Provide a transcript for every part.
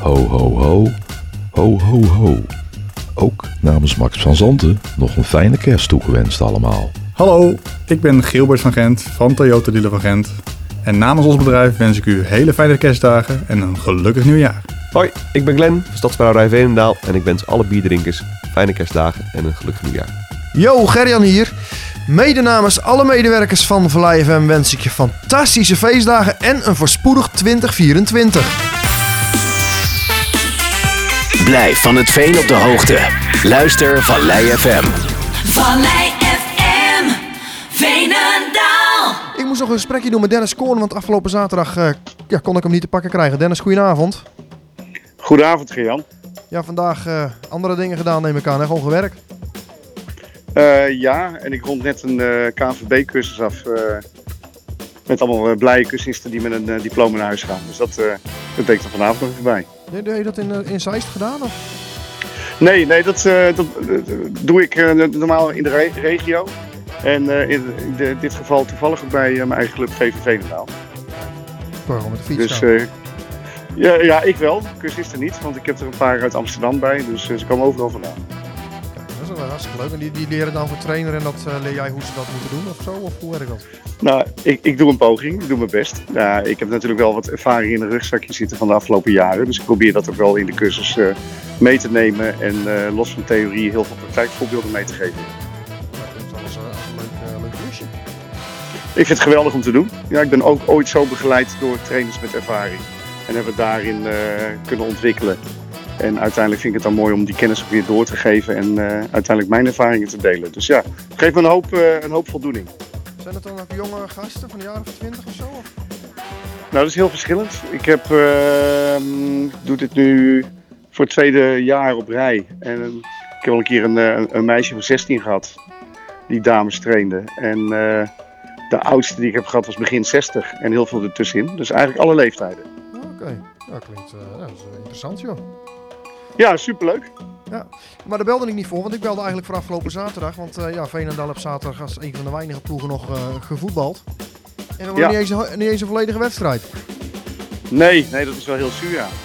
Ho, ho, ho. Ho, ho, ho. Ook namens Max van Zanten nog een fijne kerst toegewenst allemaal. Hallo, ik ben Gilbert van Gent van Toyota Dealer van Gent. En namens ons bedrijf wens ik u hele fijne kerstdagen en een gelukkig nieuwjaar. Hoi, ik ben Glenn van Stadsbrouwerij Veenendaal en ik wens alle bierdrinkers fijne kerstdagen en een gelukkig nieuwjaar. Yo, Gerjan hier. Mede namens alle medewerkers van Vallei FM wens ik je fantastische feestdagen en een voorspoedig 2024. Blijf van het veen op de hoogte. Luister Vallei FM. Vallei FM, Veenendaal. Ik moest nog een gesprekje doen met Dennis Koorn, want afgelopen zaterdag kon ik hem niet te pakken krijgen. Dennis, goedenavond. Goedenavond, Gerjan. Ja, vandaag andere dingen gedaan neem ik aan, hè? Gewoon gewerkt. Ja, en ik rond net een KNVB-cursus af met allemaal blije cursisten die met een diploma naar huis gaan. Dus dat deed ik er vanavond nog even bij. Heb je dat in Zeist gedaan? Of? Nee, dat doe ik normaal in de regio. En in dit geval toevallig ook bij mijn eigen club VV Veenendaal. Gewoon met de fiets Dus ja, ik wel. Cursisten niet, want ik heb er een paar uit Amsterdam bij. Dus ze komen overal vandaan. Dat is wel hartstikke leuk. En die leren dan voor trainer en dat leer jij hoe ze dat moeten doen of zo? Of hoe werkt dat? Nou, ik doe een poging. Ik doe mijn best. Ja, ik heb natuurlijk wel wat ervaring in een rugzakje zitten van de afgelopen jaren. Dus ik probeer dat ook wel in de cursus mee te nemen. En los van theorie heel veel praktijkvoorbeelden mee te geven. Dat is wel een leuk klusje. Ik vind het geweldig om te doen. Ja, ik ben ook ooit zo begeleid door trainers met ervaring. En hebben daarin kunnen ontwikkelen. En uiteindelijk vind ik het dan mooi om die kennis ook weer door te geven en uiteindelijk mijn ervaringen te delen. Dus ja, het geeft me een hoop voldoening. Zijn het dan ook jonge gasten van de jaren of 20 of zo? Of? Nou, dat is heel verschillend. Ik doe dit nu voor het tweede jaar op rij. En ik heb al een keer een meisje van 16 gehad die dames trainde. En de oudste die ik heb gehad was begin 60 en heel veel ertussenin. Dus eigenlijk alle leeftijden. Oké. Dat klinkt dat is interessant, joh. Ja, superleuk. Ja, maar daar belde ik niet voor, want ik belde eigenlijk voor afgelopen zaterdag. Want Veenendaal op zaterdag als een van de weinige ploegen nog gevoetbald. En dan was niet eens een volledige wedstrijd. Nee, dat is wel heel zuur, ja.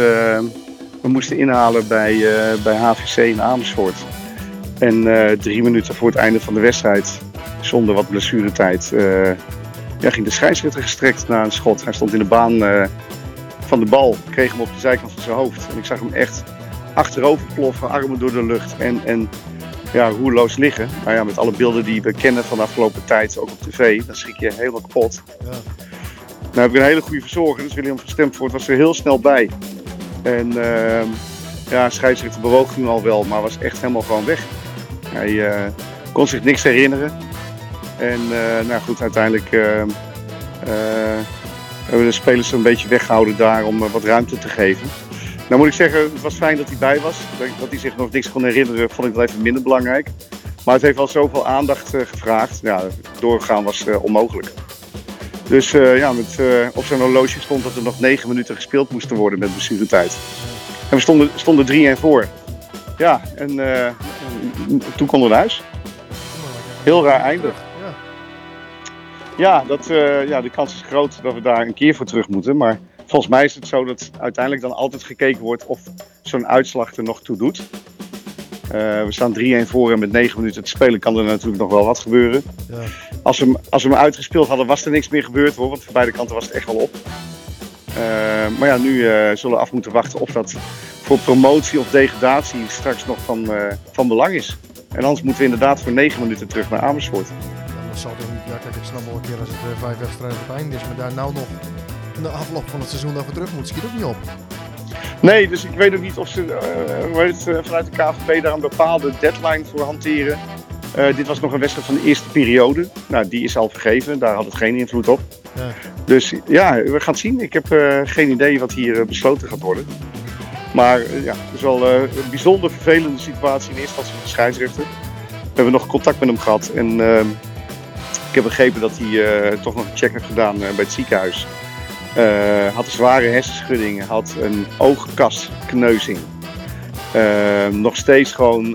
We moesten inhalen bij HVC in Amersfoort. En 3 minuten voor het einde van de wedstrijd, zonder wat blessuretijd, ging de scheidsrechter gestrekt naar een schot. Hij stond in de baan van de bal, kreeg hem op de zijkant van zijn hoofd. En ik zag hem echt achterover ploffen, armen door de lucht en roerloos liggen. Maar ja, met alle beelden die we kennen van de afgelopen tijd, ook op tv, dan schrik je helemaal kapot. Ja. Nou heb ik een hele goede verzorger, dus William van Stemvoort was er heel snel bij. En scheidsrechter bewoog nu al wel, maar was echt helemaal gewoon weg. Hij kon zich niks herinneren. En uiteindelijk hebben we de spelers een beetje weggehouden daar om wat ruimte te geven. Nou moet ik zeggen, het was fijn dat hij bij was. Dat hij zich nog niks kon herinneren, vond ik wel even minder belangrijk. Maar het heeft wel zoveel aandacht gevraagd. Ja, doorgaan was onmogelijk. Dus op zijn horloge stond dat er nog 9 minuten gespeeld moesten worden met blessuretijd. En we stonden 3-1 voor. Ja, en toen konden we naar huis. Heel raar einde. Ja, de kans is groot dat we daar een keer voor terug moeten. Maar volgens mij is het zo dat uiteindelijk dan altijd gekeken wordt of zo'n uitslag er nog toe doet. We staan 3-1 voor en met 9 minuten te spelen kan er natuurlijk nog wel wat gebeuren. Ja. Als we hem uitgespeeld hadden was er niks meer gebeurd hoor, want voor beide kanten was het echt wel op. Maar ja, nu zullen we af moeten wachten of dat voor promotie of degradatie straks nog van belang is. En anders moeten we inderdaad voor 9 minuten terug naar Amersfoort. Dat zal toch niet. Ja, kijk, ik snap wel een keer als het 5 wedstrijden op het einde is, maar daar nou nog in de afloop van het seizoen dat we terug moeten, schiet ook niet op. Nee, dus ik weet ook niet of ze vanuit de KVB daar een bepaalde deadline voor hanteren. Dit was nog een wedstrijd van de eerste periode. Nou, die is al vergeven, daar had het geen invloed op. Ja. Dus ja, we gaan het zien. Ik heb geen idee wat hier besloten gaat worden. Maar het is wel een bijzonder vervelende situatie in eerste instantie van de scheidsrechter. We hebben nog contact met hem gehad en ik heb begrepen dat hij toch nog een check heeft gedaan bij het ziekenhuis. Had een zware hersenschudding, had een oogkaskneuzing. Nog steeds gewoon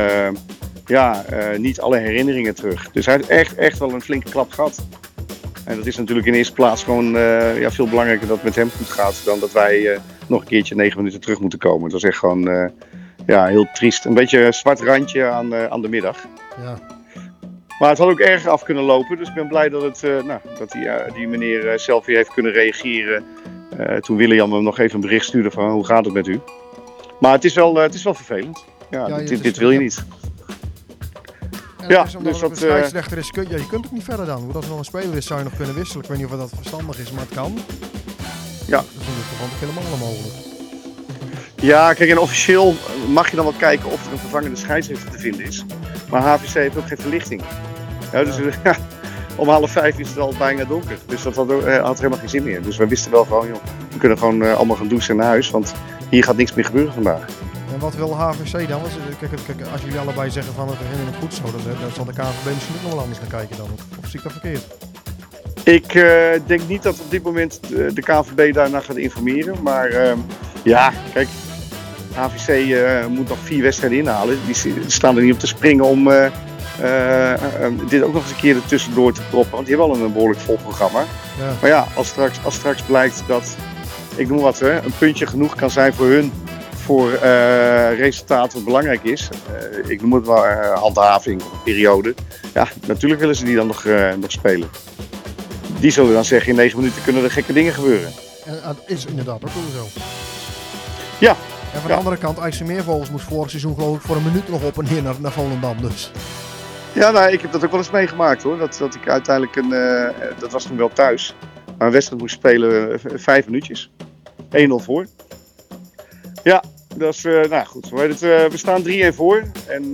niet alle herinneringen terug. Dus hij heeft echt wel een flinke klap gehad. En dat is natuurlijk in eerste plaats gewoon veel belangrijker dat het met hem goed gaat dan dat wij nog een keertje 9 minuten terug moeten komen. Het was echt gewoon heel triest. Een beetje een zwart randje aan de middag. Ja. Maar het had ook erger af kunnen lopen. Dus ik ben blij dat die meneer zelf weer heeft kunnen reageren. Toen William hem nog even een bericht stuurde van hoe gaat het met u. Maar het is wel vervelend. Ja, dit wil je niet. En Ja, omdat dus het dat, een scheidsrechter is, je kunt ook niet verder dan. Want als er nog een speler is, zou je nog kunnen wisselen. Ik weet niet of dat verstandig is, maar het kan. Ja. Dat is natuurlijk helemaal onmogelijk. Ja, kijk, en officieel mag je dan wel kijken of er een vervangende scheidsrechter te vinden is. Maar HVC heeft ook geen verlichting. Ja, dus om 4:30 is het al bijna donker. Dus dat had helemaal geen zin meer. Dus we wisten wel gewoon, joh, we kunnen gewoon allemaal gaan douchen en naar huis. Want hier gaat niks meer gebeuren vandaag. En wat wil HVC dan? Kijk, als jullie allebei zeggen van we vinden het goed zo, dan zal de KNVB misschien ook nog wel anders naar kijken dan. Of zie ik dat verkeerd? Ik denk niet dat op dit moment de KNVB daarna gaat informeren. Maar kijk, HVC moet nog 4 wedstrijden inhalen. Die staan er niet op te springen om dit ook nog eens een keer ertussendoor te proppen. Want die hebben al een behoorlijk vol programma. Ja. Maar ja, als straks blijkt dat, ik noem wat, een puntje genoeg kan zijn voor hun. Voor resultaat wat belangrijk is. Ik noem het wel handhaving of een periode. Ja, natuurlijk willen ze die dan nog spelen. Die zullen dan zeggen in 9 minuten kunnen er gekke dingen gebeuren. En dat is inderdaad ook wel zo. Ja. En van de andere kant, IJsselmeervogels moest vorig seizoen geloof ik voor een minuut nog op en neer naar Volendam dus. Ja, nou, ik heb dat ook wel eens meegemaakt hoor. Dat ik uiteindelijk dat was toen wel thuis. Maar een wedstrijd moest spelen 5 minuutjes. 1-0 voor. Ja, dat is, goed. We staan 3-1 voor. En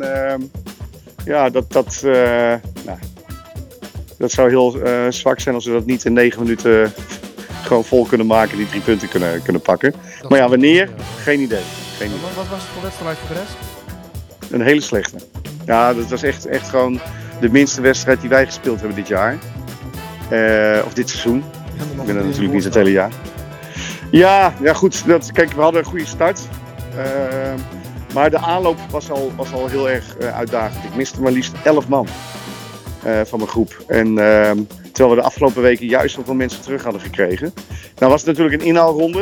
dat zou heel zwak zijn als we dat niet in 9 minuten gewoon vol kunnen maken, die 3 punten kunnen pakken. Maar ja, wanneer? Geen idee. Wat was het voor wedstrijd voor de rest? Een hele slechte. Ja, dat was echt gewoon de minste wedstrijd die wij gespeeld hebben dit jaar. Of dit seizoen. Ik ben er natuurlijk niet het hele jaar. Ja, goed. Kijk, we hadden een goede start. Maar de aanloop was al heel erg uitdagend. Ik miste maar liefst 11 man van mijn groep. En terwijl we de afgelopen weken juist zoveel mensen terug hadden gekregen. Nou was het natuurlijk een inhaalronde.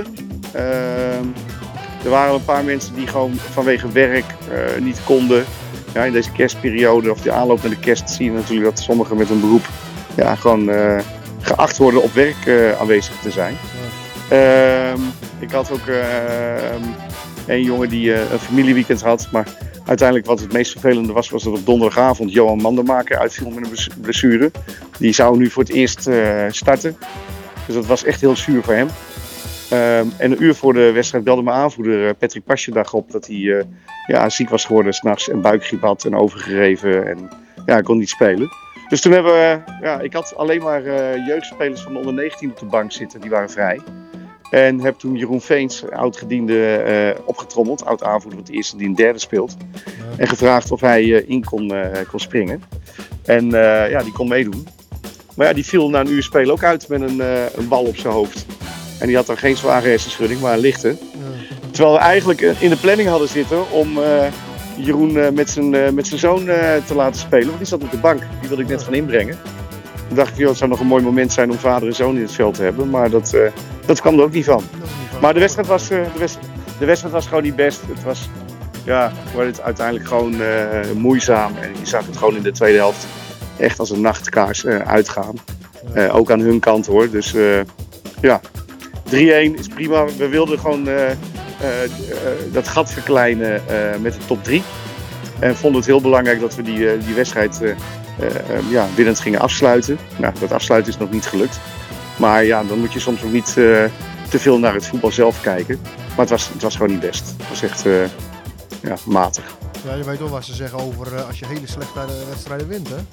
Er waren een paar mensen die gewoon vanwege werk niet konden. Ja, in deze kerstperiode of de aanloop naar de kerst zie je natuurlijk dat sommigen met een beroep gewoon geacht worden op werk aanwezig te zijn. Ik had ook een jongen die een familieweekend had, maar uiteindelijk wat het meest vervelende was dat op donderdagavond Johan Mandenmaker uitviel met een blessure. Die zou nu voor het eerst starten, dus dat was echt heel zuur voor hem. En een uur voor de wedstrijd belde mijn aanvoerder Patrick Pasjedag op dat hij ziek was geworden 's nachts en buikgriep had en overgegeven en hij kon niet spelen. Dus toen hebben we, ik had alleen maar jeugdspelers van de onder 19 op de bank zitten, die waren vrij. En heb toen Jeroen Veens, oud-gediende, opgetrommeld, oud-aanvoerder wat de eerste die een derde speelt. Ja. En gevraagd of hij in kon springen. En die kon meedoen. Maar ja, die viel na een uur spelen ook uit met een bal op zijn hoofd. En die had dan geen zware hersenschudding, maar een lichte. Ja. Terwijl we eigenlijk in de planning hadden zitten om Jeroen met zijn zoon te laten spelen. Want die zat op de bank, die wilde ik net gaan inbrengen. Toen dacht ik, het zou nog een mooi moment zijn om vader en zoon in het veld te hebben. Maar dat kwam er ook niet van. Maar de wedstrijd was gewoon niet best. Het was uiteindelijk gewoon moeizaam. En je zag het gewoon in de tweede helft echt als een nachtkaars uitgaan. Ook aan hun kant hoor. Dus 3-1 is prima. We wilden gewoon dat gat verkleinen met de top 3. En vonden het heel belangrijk dat we die wedstrijd winnend gingen afsluiten. Nou, dat afsluiten is nog niet gelukt. Maar ja, dan moet je soms ook niet te veel naar het voetbal zelf kijken. Maar het was gewoon niet best. Het was echt matig. Ja, je weet wel wat ze zeggen over als je hele slechte wedstrijden wint, hè?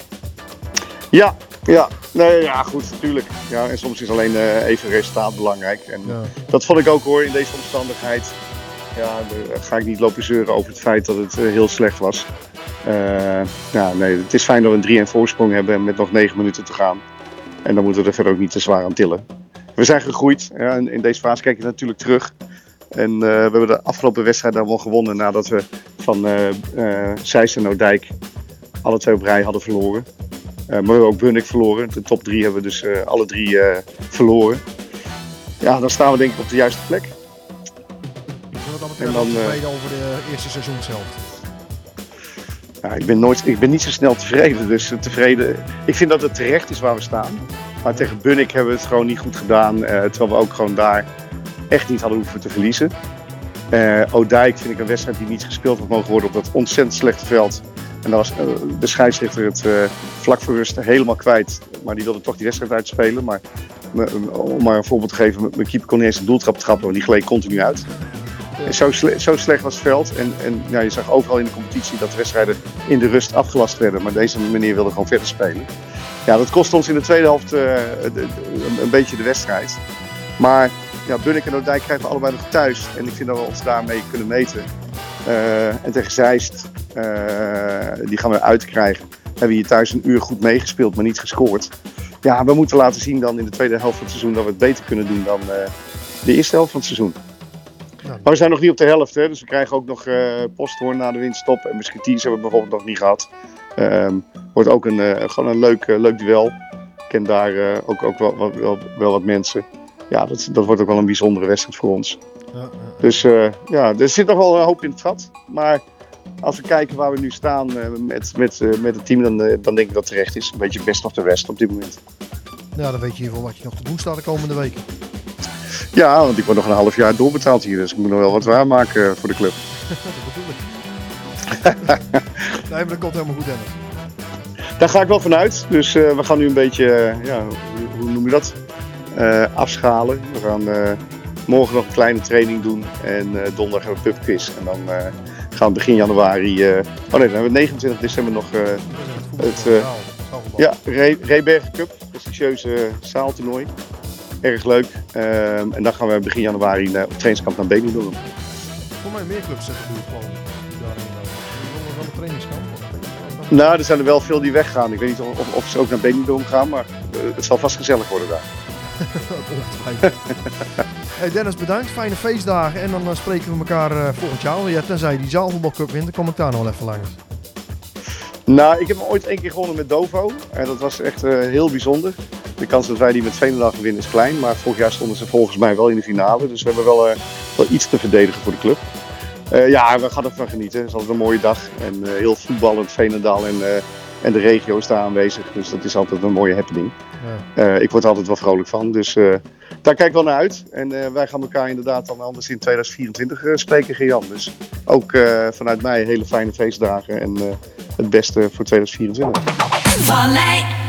Ja, goed, natuurlijk. Ja, en soms is alleen even resultaat belangrijk. En dat vond ik ook hoor, in deze omstandigheid. Ja, daar ga ik niet lopen zeuren over het feit dat het heel slecht was. Het is fijn dat we een 3-1 voorsprong hebben met nog 9 minuten te gaan. En dan moeten we er verder ook niet te zwaar aan tillen. We zijn gegroeid. Ja, in deze fase kijk je natuurlijk terug. En we hebben de afgelopen wedstrijd dan wel gewonnen nadat we van Zeist en Oudijk alle 2 op rij hadden verloren. Maar we hebben ook Bunnik verloren. De top 3 hebben we dus alle 3 verloren. Ja, dan staan we denk ik op de juiste plek. dat betreft ook tevreden over de eerste seizoenshelft? Ja, ik ben niet zo snel tevreden. Dus tevreden. Ik vind dat het terecht is waar we staan. Maar tegen Bunnik hebben we het gewoon niet goed gedaan. Terwijl we ook gewoon daar echt niet hadden hoeven te verliezen. Oudijk vind ik een wedstrijd die niet gespeeld had mogen worden op dat ontzettend slechte veld. En daar was de scheidsrechter het vlak voor rust helemaal kwijt. Maar die wilde toch die wedstrijd uitspelen. Maar om maar een voorbeeld te geven, mijn keeper kon niet eens een doeltrap trappen, want die gleed continu uit. En zo slecht was het veld. En ja, je zag overal in de competitie dat de wedstrijden in de rust afgelast werden. Maar deze meneer wilde gewoon verder spelen. Ja, dat kost ons in de tweede helft een beetje de wedstrijd. Maar ja, Bunnik en Oudijk krijgen we allebei nog thuis. En ik vind dat we ons daarmee kunnen meten. En tegen Zeist, die gaan we uitkrijgen. Hebben we hier thuis een uur goed meegespeeld, maar niet gescoord. Ja, we moeten laten zien dan in de tweede helft van het seizoen dat we het beter kunnen doen dan de eerste helft van het seizoen. Ja. Maar we zijn nog niet op de helft, hè? Dus we krijgen ook nog Posthoorn na de winststop. En Musketeers hebben we bijvoorbeeld nog niet gehad. Wordt ook gewoon een leuk duel. Ik ken daar ook wel wat mensen. Ja, dat wordt ook wel een bijzondere wedstrijd voor ons. Ja. Dus ja, er zit nog wel een hoop in het vat. Maar als we kijken waar we nu staan met het team, dan denk ik dat het terecht is. Een beetje best of the rest op dit moment. Ja, dan weet je in ieder geval wat je nog te doen staat de komende weken. Ja, want ik word nog een half jaar doorbetaald hier. Dus ik moet nog wel wat waarmaken voor de club. Dat bedoel ik. Nee, maar dat komt helemaal goed, Dennis. Daar ga ik wel vanuit. Dus we gaan nu een beetje, hoe noem je dat? Afschalen. We gaan morgen nog een kleine training doen. En donderdag hebben we pubquiz. En dan gaan we begin januari... dan hebben we 29 december nog Rebergen Cup. Prestigieuze zaaltoernooi. Erg leuk. En dan gaan we begin januari op trainingskamp naar Benidorm. Voor mij meer clubs zeggen die gewoon daarin. Wel een trainingskamp. Nou, er zijn er wel veel die weggaan. Ik weet niet of ze ook naar Benidorm gaan, maar het zal vast gezellig worden daar. Hey Dennis, bedankt. Fijne feestdagen. En dan spreken we elkaar volgend jaar weer. Tenzij die zaalvoetbalcup wint, dan kom ik daar nog wel even langs. Nou, ik heb hem ooit 1 keer gewonnen met Dovo. En dat was echt heel bijzonder. De kans dat wij die met Veenendaal winnen is klein. Maar vorig jaar stonden ze volgens mij wel in de finale. Dus we hebben wel iets te verdedigen voor de club. Ja, we gaan ervan genieten. Het is altijd een mooie dag. En heel voetballend Veenendaal en de regio is daar aanwezig. Dus dat is altijd een mooie happening. Ja. Ik word er altijd wel vrolijk van. Dus daar kijk ik wel naar uit. En wij gaan elkaar inderdaad dan anders in 2024 spreken, Geert-Jan. Dus ook vanuit mij hele fijne feestdagen. En het beste voor 2024. Vallei